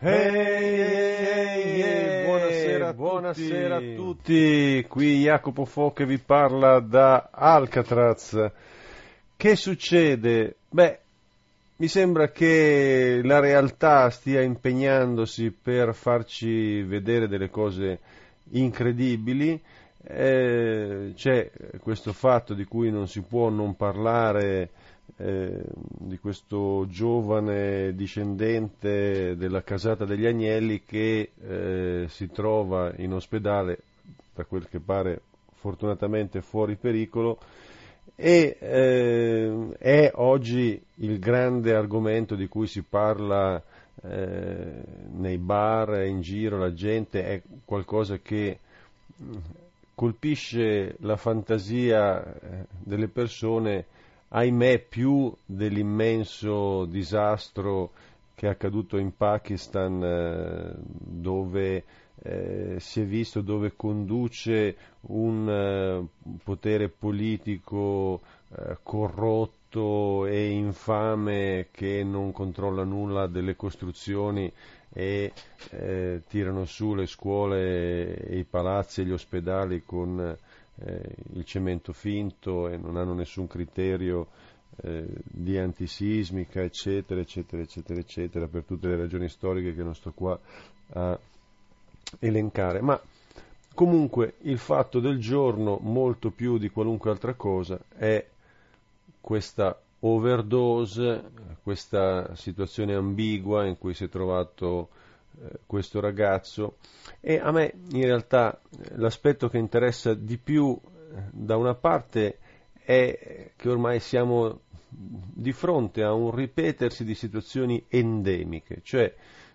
Buonasera a tutti, qui Jacopo Fo che vi parla da Alcatraz. Che succede? Mi sembra che la realtà stia impegnandosi per farci vedere delle cose incredibili. C'è questo fatto di cui non si può non parlare, di questo giovane discendente della casata degli Agnelli che si trova in ospedale, da quel che pare fortunatamente fuori pericolo, e è oggi il grande argomento di cui si parla nei bar, in giro, la gente, è qualcosa che colpisce la fantasia delle persone, ahimè, più dell'immenso disastro che è accaduto in Pakistan, dove si è visto dove conduce un potere politico corrotto e infame che non controlla nulla delle costruzioni e tirano su le scuole e i palazzi e gli ospedali con il cemento finto e non hanno nessun criterio di antisismica, eccetera, eccetera, eccetera, eccetera, per tutte le ragioni storiche che non sto qua a elencare. Ma comunque il fatto del giorno, molto più di qualunque altra cosa, è questa overdose, questa situazione ambigua in cui si è trovato questo ragazzo. E a me in realtà l'aspetto che interessa di più, da una parte, è che ormai siamo di fronte a un ripetersi di situazioni endemiche, cioè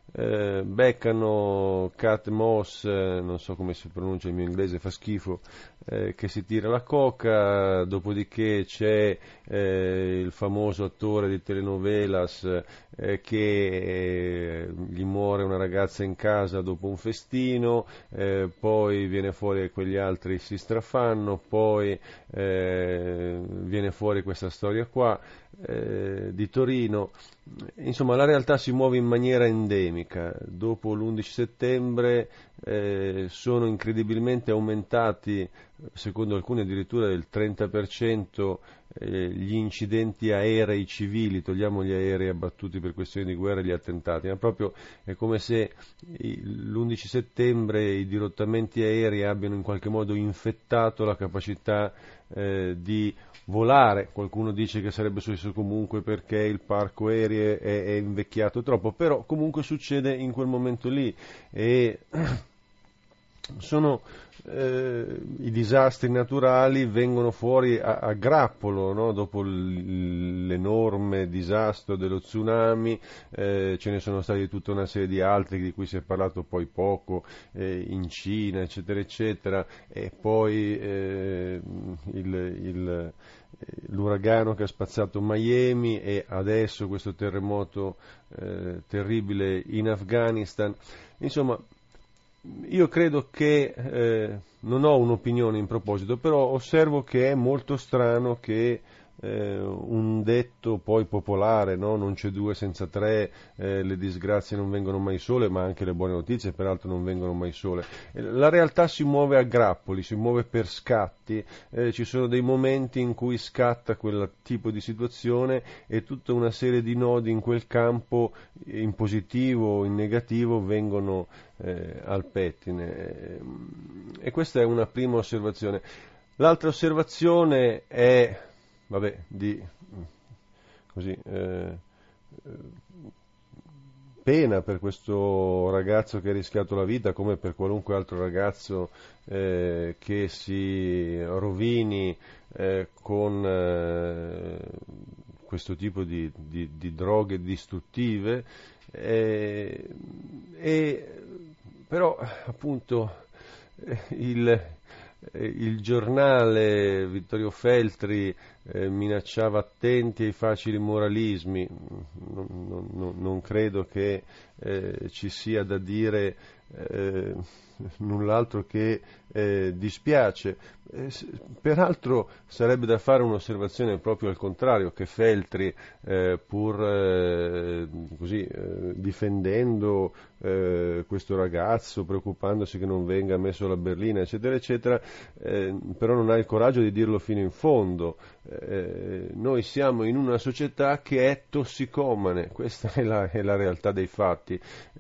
beccano Cat Moss, non so come si pronuncia, il mio inglese fa schifo, che si tira la coca, dopodiché c'è il famoso attore di telenovelas che gli muore una ragazza in casa dopo un festino, poi viene fuori che quegli altri si strafanno, poi viene fuori questa storia qua di Torino. Insomma, la realtà si muove in maniera endemica. Dopo l'11 settembre sono incredibilmente aumentati, secondo alcuni addirittura del 30%, gli incidenti aerei civili, togliamo gli aerei abbattuti per questioni di guerra e gli attentati, ma proprio è come se l'11 settembre i dirottamenti aerei abbiano in qualche modo infettato la capacità di volare. Qualcuno dice che sarebbe successo comunque perché il parco aereo è invecchiato troppo, però comunque succede in quel momento lì e sono i disastri naturali vengono fuori a grappolo, no? Dopo l'enorme disastro dello tsunami ce ne sono stati tutta una serie di altri di cui si è parlato poi poco, in Cina, eccetera, eccetera, e poi l'uragano che ha spazzato Miami e adesso questo terremoto terribile in Afghanistan. Insomma, io credo che, non ho un'opinione in proposito, però osservo che è molto strano che un detto poi popolare, no? Non c'è due senza tre, le disgrazie non vengono mai sole, ma anche le buone notizie peraltro non vengono mai sole. La realtà si muove a grappoli, si muove per scatti, ci sono dei momenti in cui scatta quel tipo di situazione e tutta una serie di nodi in quel campo, in positivo o in negativo, vengono al pettine. E questa è una prima osservazione. L'altra osservazione è così, pena per questo ragazzo che ha rischiato la vita, come per qualunque altro ragazzo che si rovini con questo tipo di droghe distruttive, però appunto il giornale Vittorio Feltri minacciava attenti ai facili moralismi. Non credo che ci sia da dire null'altro che dispiace. Peraltro sarebbe da fare un'osservazione proprio al contrario, che Feltri, pur così difendendo questo ragazzo, preoccupandosi che non venga messo alla berlina, eccetera, eccetera, però non ha il coraggio di dirlo fino in fondo. Noi siamo in una società che è tossicomane, questa è la realtà dei fatti.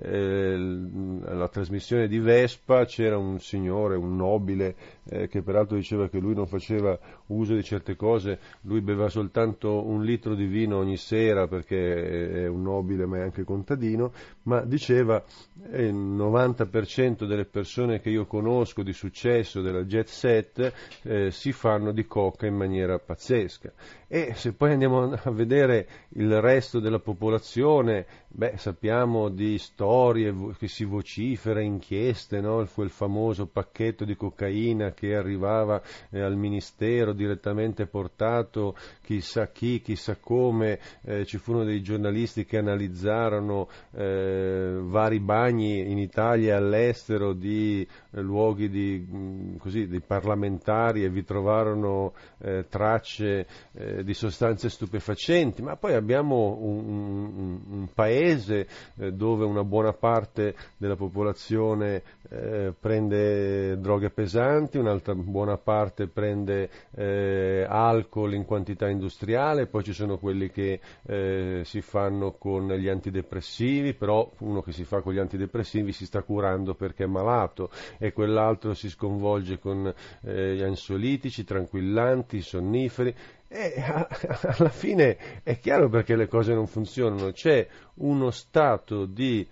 Alla trasmissione di Vespa c'era un signore, un nobile, che peraltro diceva che lui non faceva uso di certe cose, lui beveva soltanto 1 litro di vino ogni sera perché è un nobile ma è anche contadino, ma diceva il 90% delle persone che io conosco di successo della jet set si fanno di coca in maniera pazzesca. E se poi andiamo a vedere il resto della popolazione, sappiamo di storie che si vocifera, inchieste, no? Quel famoso pacchetto di cocaina che arrivava al ministero direttamente portato, chissà chi, chissà come, ci furono dei giornalisti che analizzarono vari bagni in Italia e all'estero di luoghi di parlamentari, e vi trovarono tracce di sostanze stupefacenti, ma poi abbiamo un paese dove una buona parte della popolazione prende droghe pesanti, un'altra buona parte prende alcol in quantità industriale, poi ci sono quelli che si fanno con gli antidepressivi, però uno che si fa con gli antidepressivi si sta curando perché è malato, e quell'altro si sconvolge con gli ansiolitici, tranquillanti, sonniferi. E alla fine è chiaro perché le cose non funzionano, c'è uno stato di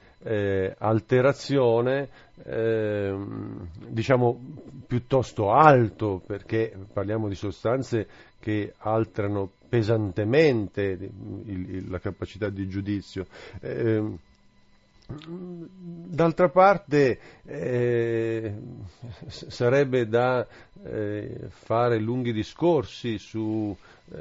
alterazione diciamo piuttosto alto, perché parliamo di sostanze che alterano pesantemente la capacità di giudizio. D'altra parte sarebbe da fare lunghi discorsi su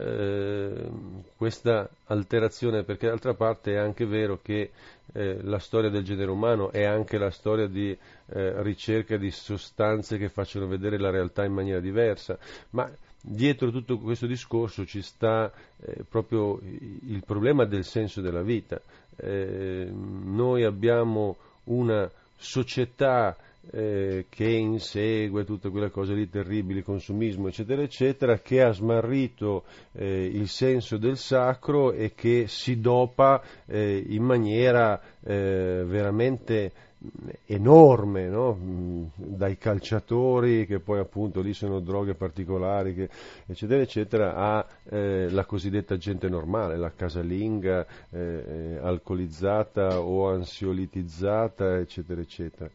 questa alterazione, perché d'altra parte è anche vero che la storia del genere umano è anche la storia di ricerca di sostanze che facciano vedere la realtà in maniera diversa, ma dietro tutto questo discorso ci sta proprio il problema del senso della vita. Noi abbiamo una società che insegue tutte quelle cose lì terribili, consumismo, eccetera, eccetera, che ha smarrito il senso del sacro e che si dopa in maniera veramente enorme, no? Dai calciatori, che poi appunto lì sono droghe particolari, eccetera eccetera, a la cosiddetta gente normale, la casalinga alcolizzata o ansiolitizzata, eccetera eccetera.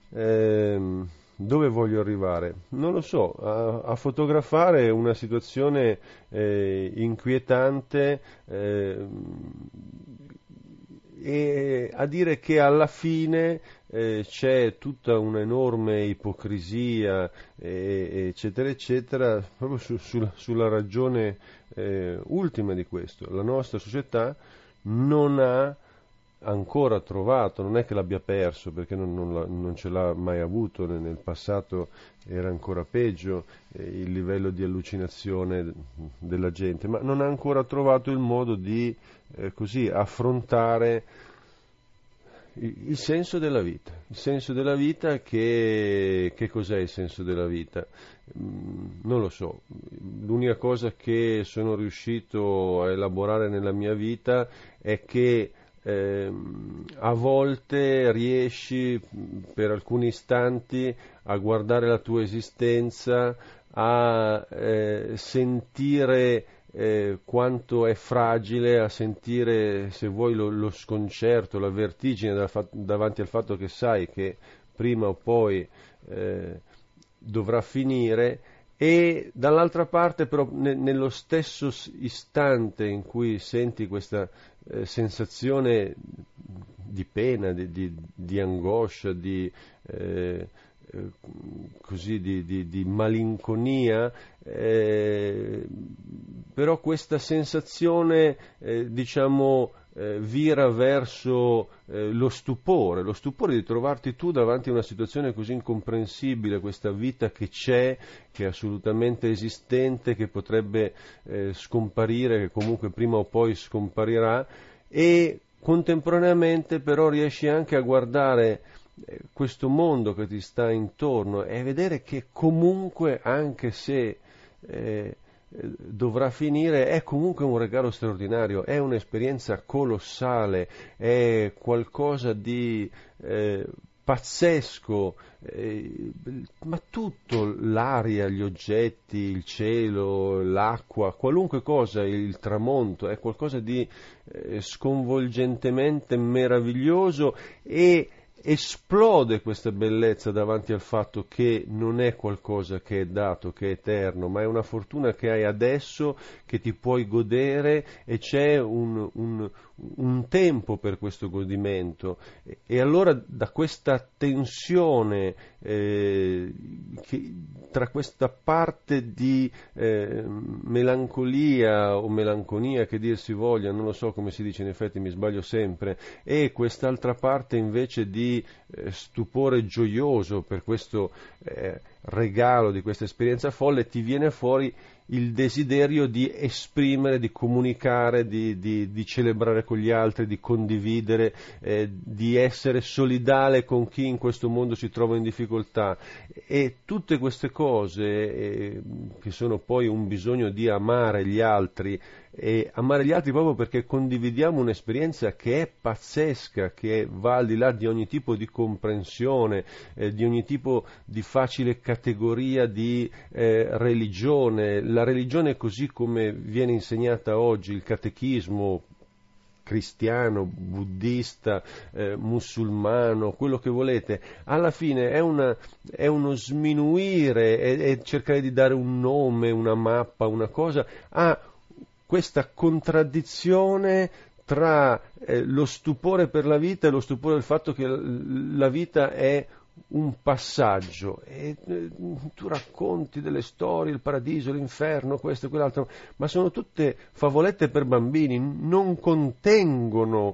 Dove voglio arrivare? Non lo so, a fotografare una situazione inquietante e a dire che alla fine c'è tutta un'enorme ipocrisia, eccetera, eccetera, proprio sulla ragione ultima di questo. La nostra società non ha ancora trovato, non è che l'abbia perso, perché non ce l'ha mai avuto, nel passato era ancora peggio il livello di allucinazione della gente, ma non ha ancora trovato il modo di così affrontare il senso della vita. Il senso della vita, che cos'è il senso della vita? Non lo so. L'unica cosa che sono riuscito a elaborare nella mia vita è che a volte riesci per alcuni istanti a guardare la tua esistenza, a sentire quanto è fragile, a sentire, se vuoi, lo sconcerto, la vertigine davanti al fatto che sai che prima o poi dovrà finire, e dall'altra parte però nello stesso istante in cui senti questa sensazione di pena, di angoscia, così di malinconia, però questa sensazione diciamo vira verso lo stupore di trovarti tu davanti a una situazione così incomprensibile, questa vita che c'è, che è assolutamente esistente, che potrebbe scomparire, che comunque prima o poi scomparirà, e contemporaneamente però riesci anche a guardare questo mondo che ti sta intorno e vedere che comunque, anche se dovrà finire, è comunque un regalo straordinario, è un'esperienza colossale, è qualcosa di pazzesco, ma tutto, l'aria, gli oggetti, il cielo, l'acqua, qualunque cosa, il tramonto, è qualcosa di sconvolgentemente meraviglioso, e esplode questa bellezza davanti al fatto che non è qualcosa che è dato, che è eterno, ma è una fortuna che hai adesso, che ti puoi godere, e c'è un tempo per questo godimento. E allora da questa tensione tra questa parte di melancolia o melanconia, che dir si voglia, non lo so come si dice, in effetti mi sbaglio sempre, e quest'altra parte invece di stupore gioioso per questo regalo di questa esperienza folle, ti viene fuori il desiderio di esprimere, di comunicare, di celebrare con gli altri, di condividere, di essere solidale con chi in questo mondo si trova in difficoltà. E tutte queste cose che sono poi un bisogno di amare gli altri, e amare gli altri proprio perché condividiamo un'esperienza che è pazzesca, che va al di là di ogni tipo di comprensione, di ogni tipo di facile categoria di religione. La religione così come viene insegnata oggi, il catechismo cristiano, buddista, musulmano, quello che volete, alla fine è uno sminuire, è cercare di dare un nome, una mappa, una cosa a questa contraddizione tra lo stupore per la vita e lo stupore del fatto che la vita è un passaggio, e tu racconti delle storie, il paradiso, l'inferno, questo e quell'altro, ma sono tutte favolette per bambini, non contengono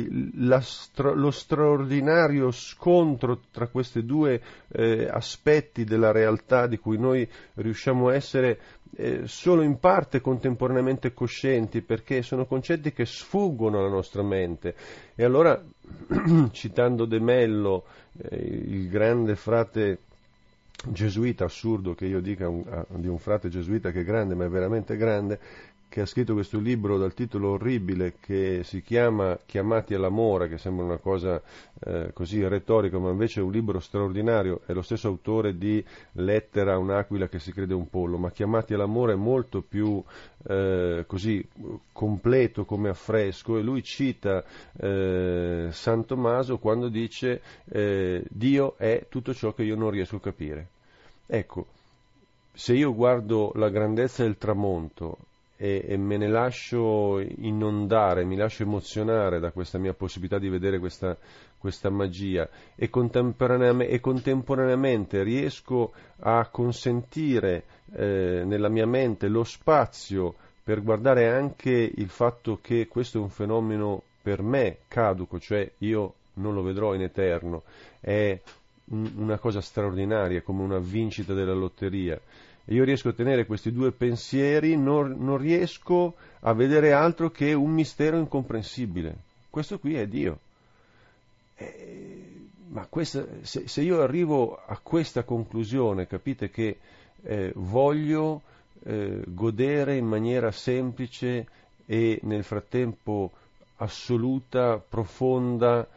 lo straordinario scontro tra questi due aspetti della realtà di cui noi riusciamo a essere solo in parte contemporaneamente coscienti, perché sono concetti che sfuggono alla nostra mente. E allora, citando De Mello, il grande frate gesuita, assurdo che io dica di un frate gesuita che è grande, ma è veramente grande, che ha scritto questo libro dal titolo orribile che si chiama Chiamati all'amore, che sembra una cosa così retorica, ma invece è un libro straordinario. È lo stesso autore di Lettera a un'aquila che si crede un pollo, ma Chiamati all'amore è molto più così completo come affresco, e lui cita San Tommaso quando dice Dio è tutto ciò che io non riesco a capire. Ecco, se io guardo la grandezza del tramonto e me ne lascio inondare, mi lascio emozionare da questa mia possibilità di vedere questa magia, e contemporaneamente riesco a consentire nella mia mente lo spazio per guardare anche il fatto che questo è un fenomeno per me caduco, cioè io non lo vedrò in eterno, è una cosa straordinaria, come una vincita della lotteria. E io riesco a tenere questi due pensieri, non riesco a vedere altro che un mistero incomprensibile. Questo qui è Dio. Ma se io arrivo a questa conclusione, capite che voglio godere in maniera semplice e nel frattempo assoluta, profonda,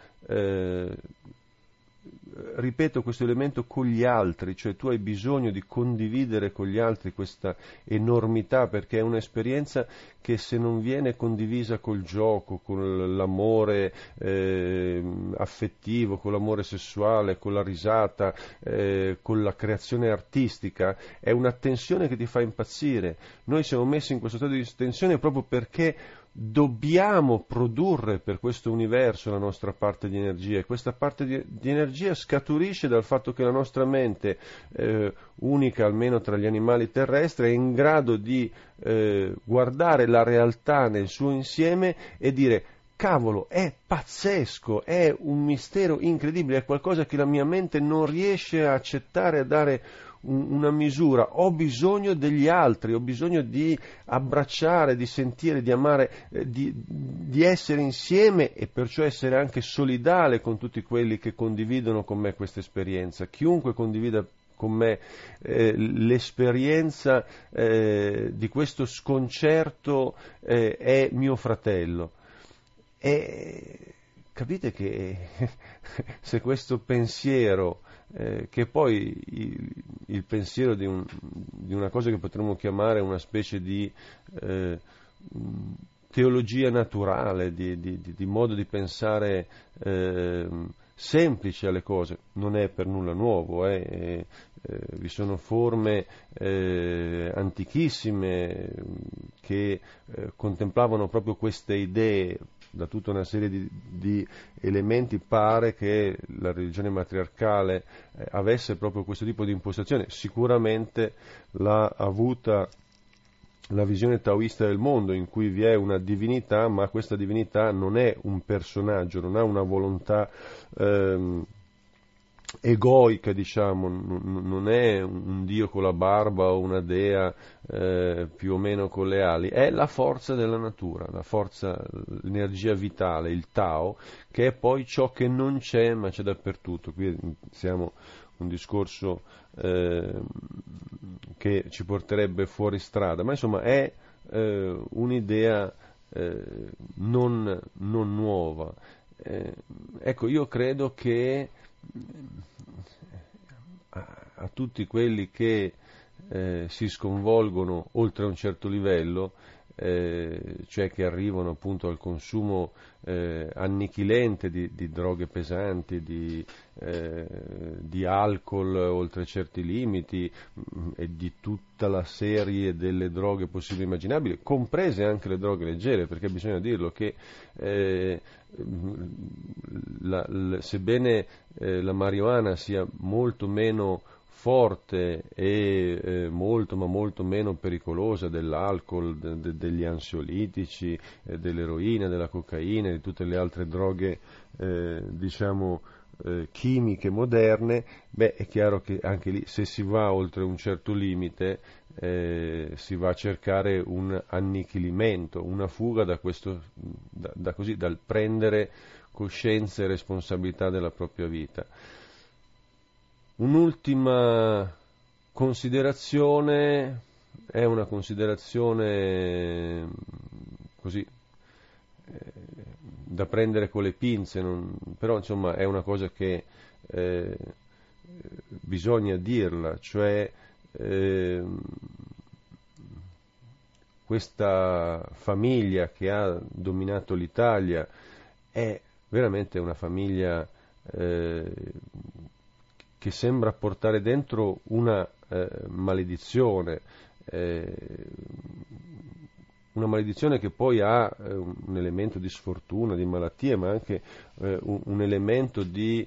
ripeto questo elemento, con gli altri, cioè tu hai bisogno di condividere con gli altri questa enormità, perché è un'esperienza che se non viene condivisa col gioco, con l'amore affettivo, con l'amore sessuale, con la risata, con la creazione artistica, è una tensione che ti fa impazzire. Noi siamo messi in questo stato di tensione proprio perché dobbiamo produrre per questo universo la nostra parte di energia, e questa parte di energia scaturisce dal fatto che la nostra mente, unica almeno tra gli animali terrestri, è in grado di guardare la realtà nel suo insieme e dire: cavolo, è pazzesco, è un mistero incredibile, è qualcosa che la mia mente non riesce a accettare, a dare una misura. Ho bisogno degli altri, ho bisogno di abbracciare, di sentire, di amare, di essere insieme e perciò essere anche solidale con tutti quelli che condividono con me questa esperienza. Chiunque condivida con me l'esperienza di questo sconcerto è mio fratello. E capite che se questo pensiero, che poi il pensiero di una cosa che potremmo chiamare una specie di teologia naturale, di modo di pensare semplice alle cose, non è per nulla nuovo, vi sono forme antichissime che contemplavano proprio queste idee. Da tutta una serie di elementi pare che la religione matriarcale avesse proprio questo tipo di impostazione. Sicuramente l'ha avuta la visione taoista del mondo, in cui vi è una divinità, ma questa divinità non è un personaggio, non ha una volontà egoica, diciamo, non è un dio con la barba o una dea più o meno con le ali, è la forza della natura, la forza, l'energia vitale, il Tao, che è poi ciò che non c'è ma c'è dappertutto. Qui siamo un discorso che ci porterebbe fuori strada, ma insomma è un'idea non nuova. Ecco, io credo che a tutti quelli che si sconvolgono oltre a un certo livello, cioè che arrivano appunto al consumo annichilente di droghe pesanti, di alcol oltre certi limiti e di tutta la serie delle droghe possibili e immaginabili, comprese anche le droghe leggere, perché bisogna dirlo che sebbene la marijuana sia molto meno forte e molto ma molto meno pericolosa dell'alcol, degli ansiolitici, dell'eroina, della cocaina e di tutte le altre droghe diciamo chimiche moderne, è chiaro che anche lì, se si va oltre un certo limite, si va a cercare un annichilimento, una fuga da questo, dal prendere coscienza e responsabilità della propria vita. Un'ultima considerazione è una considerazione così da prendere con le pinze, però insomma è una cosa che bisogna dirla, cioè questa famiglia che ha dominato l'Italia è veramente una famiglia che sembra portare dentro una maledizione che poi ha un elemento di sfortuna, di malattia, ma anche un elemento di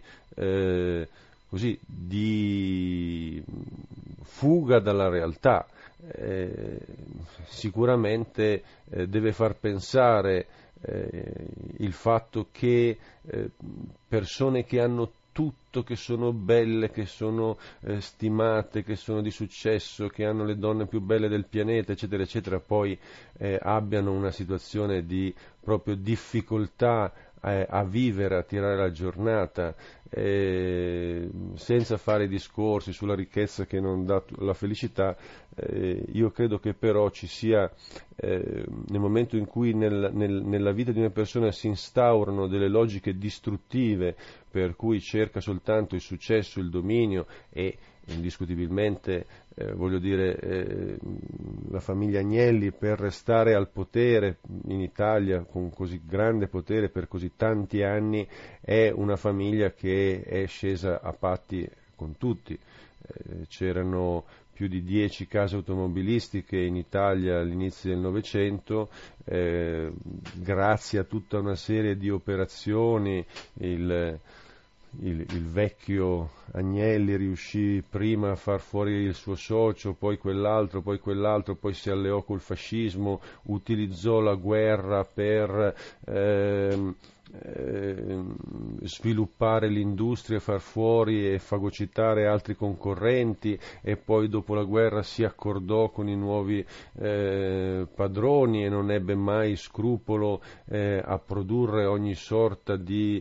fuga dalla realtà. Sicuramente deve far pensare il fatto che persone che hanno tutto, che sono belle, che sono stimate, che sono di successo, che hanno le donne più belle del pianeta, eccetera, eccetera, poi abbiano una situazione di proprio difficoltà a vivere, a tirare la giornata, senza fare discorsi sulla ricchezza che non dà la felicità. Io credo che però ci sia, nel momento in cui nella vita di una persona si instaurano delle logiche distruttive, per cui cerca soltanto il successo, il dominio e indiscutibilmente, la famiglia Agnelli, per restare al potere in Italia con così grande potere per così tanti anni, è una famiglia che è scesa a patti con tutti. C'erano più di 10 case automobilistiche in Italia all'inizio del Novecento, grazie a tutta una serie di operazioni, il vecchio Agnelli riuscì prima a far fuori il suo socio, poi quell'altro, poi si alleò col fascismo, utilizzò la guerra per sviluppare l'industria, far fuori e fagocitare altri concorrenti, e poi dopo la guerra si accordò con i nuovi padroni e non ebbe mai scrupolo a produrre ogni sorta di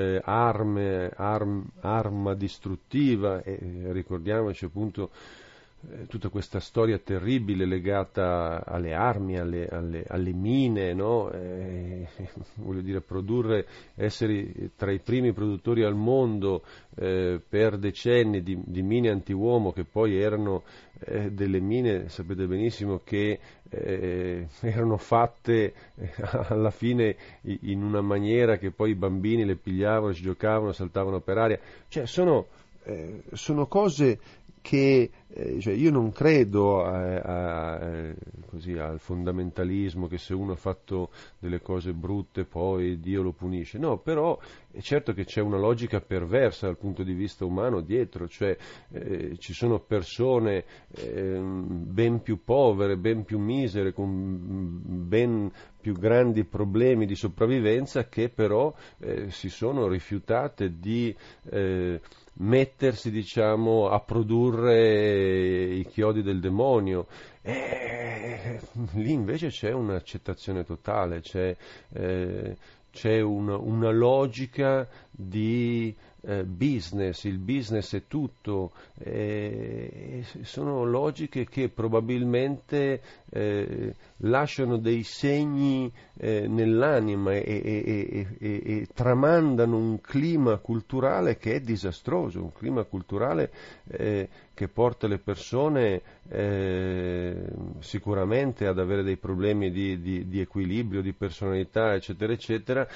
arma distruttiva, e ricordiamoci appunto tutta questa storia terribile legata alle armi, alle mine, no? Voglio dire, essere tra i primi produttori al mondo per decenni di mine antiuomo, che poi erano delle mine, sapete benissimo, che erano fatte alla fine in una maniera che poi i bambini le pigliavano, ci giocavano, saltavano per aria. Cioè sono cose che cioè io non credo così al fondamentalismo, che se uno ha fatto delle cose brutte poi Dio lo punisce. No, però è certo che c'è una logica perversa dal punto di vista umano dietro, cioè ci sono persone ben più povere, ben più misere, con ben più grandi problemi di sopravvivenza, che però si sono rifiutate di mettersi, diciamo, a produrre i chiodi del demonio. Lì invece c'è un'accettazione totale, c'è una logica di business, il business è tutto, sono logiche che probabilmente lasciano dei segni nell'anima e tramandano un clima culturale che è disastroso, un clima culturale che porta le persone sicuramente ad avere dei problemi di equilibrio, di personalità, eccetera, eccetera,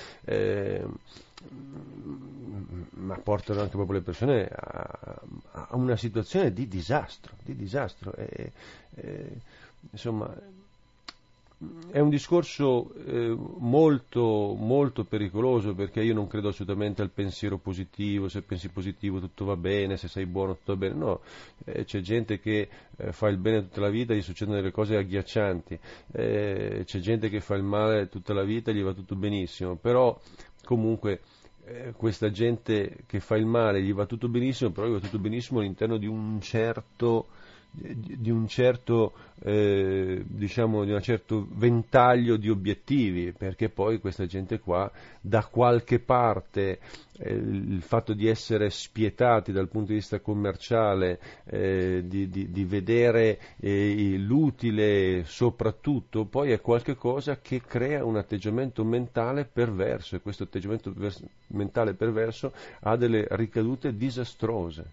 ma portano anche proprio le persone a una situazione di disastro. Insomma, è un discorso molto, molto pericoloso, perché io non credo assolutamente al pensiero positivo. Se pensi positivo tutto va bene, se sei buono tutto va bene. No, c'è gente che fa il bene tutta la vita e gli succedono delle cose agghiaccianti, c'è gente che fa il male tutta la vita e gli va tutto benissimo, però comunque questa gente che fa il male gli va tutto benissimo, però gli va tutto benissimo all'interno di un certo diciamo di un certo ventaglio di obiettivi, perché poi questa gente qua da qualche parte il fatto di essere spietati dal punto di vista commerciale, di vedere l'utile soprattutto, poi è qualche cosa che crea un atteggiamento mentale perverso, e questo atteggiamento mentale perverso ha delle ricadute disastrose.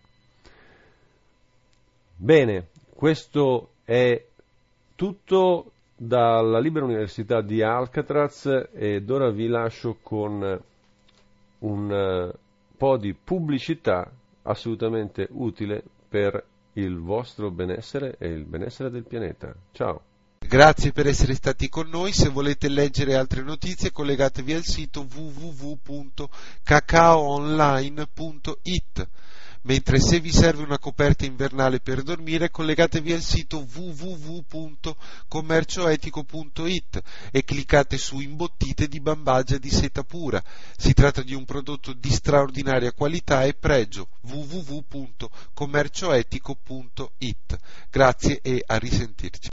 Bene, questo è tutto dalla Libera Università di Alcatraz, ed ora vi lascio con un po' di pubblicità assolutamente utile per il vostro benessere e il benessere del pianeta. Ciao! Grazie per essere stati con noi. Se volete leggere altre notizie, collegatevi al sito www.cacaoonline.it. Mentre se vi serve una coperta invernale per dormire, collegatevi al sito www.commercioetico.it e cliccate su imbottite di bambagia di seta pura. Si tratta di un prodotto di straordinaria qualità e pregio. www.commercioetico.it. Grazie e a risentirci.